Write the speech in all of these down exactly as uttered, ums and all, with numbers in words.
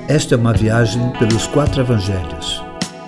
Esta é uma viagem pelos quatro evangelhos.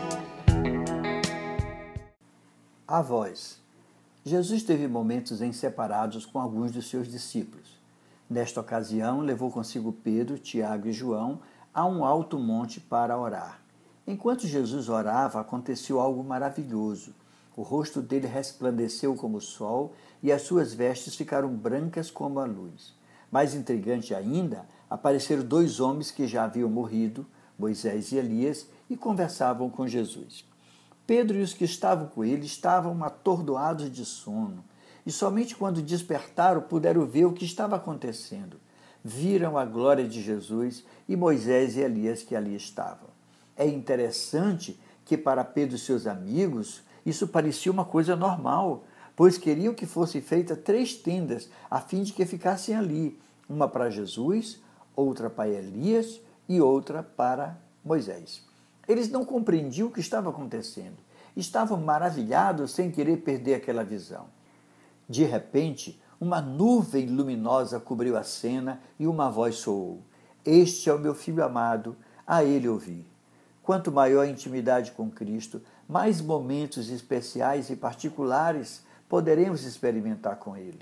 A voz. Jesus teve momentos em separados com alguns dos seus discípulos. Nesta ocasião, levou consigo Pedro, Tiago e João a um alto monte para orar. Enquanto Jesus orava, aconteceu algo maravilhoso. O rosto dele resplandeceu como o sol e as suas vestes ficaram brancas como a luz. Mais intrigante ainda, apareceram dois homens que já haviam morrido, Moisés e Elias, e conversavam com Jesus. Pedro e os que estavam com ele estavam atordoados de sono, e somente quando despertaram puderam ver o que estava acontecendo. Viram a glória de Jesus e Moisés e Elias que ali estavam. É interessante que para Pedro e seus amigos isso parecia uma coisa normal, pois queriam que fossem feitas três tendas a fim de que ficassem ali, uma para Jesus, outra para Elias e outra para Moisés. Eles não compreendiam o que estava acontecendo. Estavam maravilhados sem querer perder aquela visão. De repente, uma nuvem luminosa cobriu a cena e uma voz soou: "Este é o meu filho amado, a ele ouvi." Quanto maior a intimidade com Cristo, mais momentos especiais e particulares poderemos experimentar com Ele.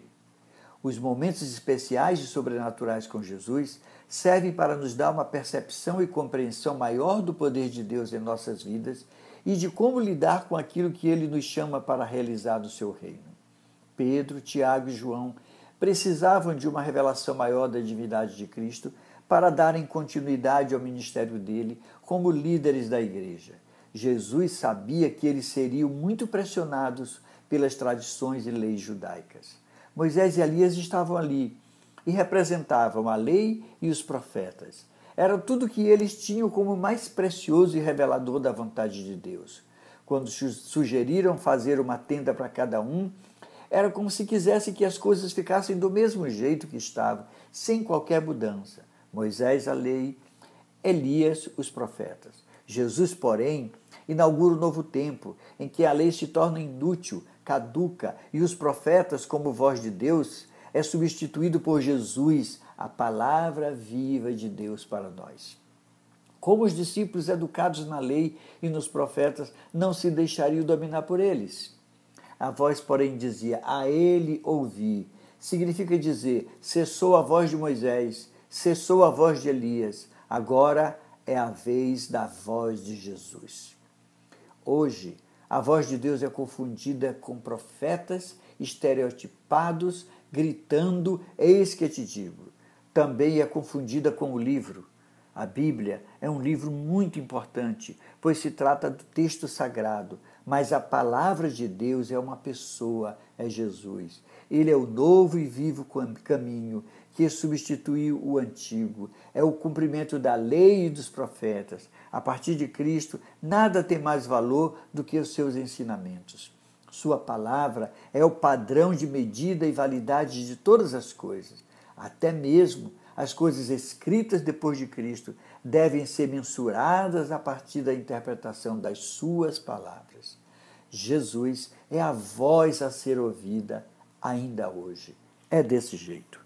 Os momentos especiais e sobrenaturais com Jesus servem para nos dar uma percepção e compreensão maior do poder de Deus em nossas vidas e de como lidar com aquilo que Ele nos chama para realizar no seu reino. Pedro, Tiago e João precisavam de uma revelação maior da divindade de Cristo para darem continuidade ao ministério dele como líderes da igreja. Jesus sabia que eles seriam muito pressionados pelas tradições e leis judaicas. Moisés e Elias estavam ali e representavam a lei e os profetas. Era tudo que eles tinham como mais precioso e revelador da vontade de Deus. Quando sugeriram fazer uma tenda para cada um, era como se quisessem que as coisas ficassem do mesmo jeito que estavam, sem qualquer mudança. Moisés, a lei, Elias, os profetas. Jesus, porém, inaugura um novo tempo, em que a lei se torna inútil, caduca, e os profetas, como voz de Deus, é substituído por Jesus, a palavra viva de Deus para nós. Como os discípulos educados na lei e nos profetas não se deixariam dominar por eles? A voz, porém, dizia: "A ele ouvi." Significa dizer: cessou a voz de Moisés, cessou a voz de Elias, agora é a vez da voz de Jesus. Hoje, a voz de Deus é confundida com profetas estereotipados, gritando: "Eis que te digo." Também é confundida com o livro. A Bíblia é um livro muito importante, pois se trata do texto sagrado, mas a palavra de Deus é uma pessoa, é Jesus. Ele é o novo e vivo caminho que substituiu o antigo. É o cumprimento da lei e dos profetas. A partir de Cristo, nada tem mais valor do que os seus ensinamentos. Sua palavra é o padrão de medida e validade de todas as coisas. Até mesmo as coisas escritas depois de Cristo devem ser mensuradas a partir da interpretação das suas palavras. Jesus é a voz a ser ouvida ainda hoje. É desse jeito.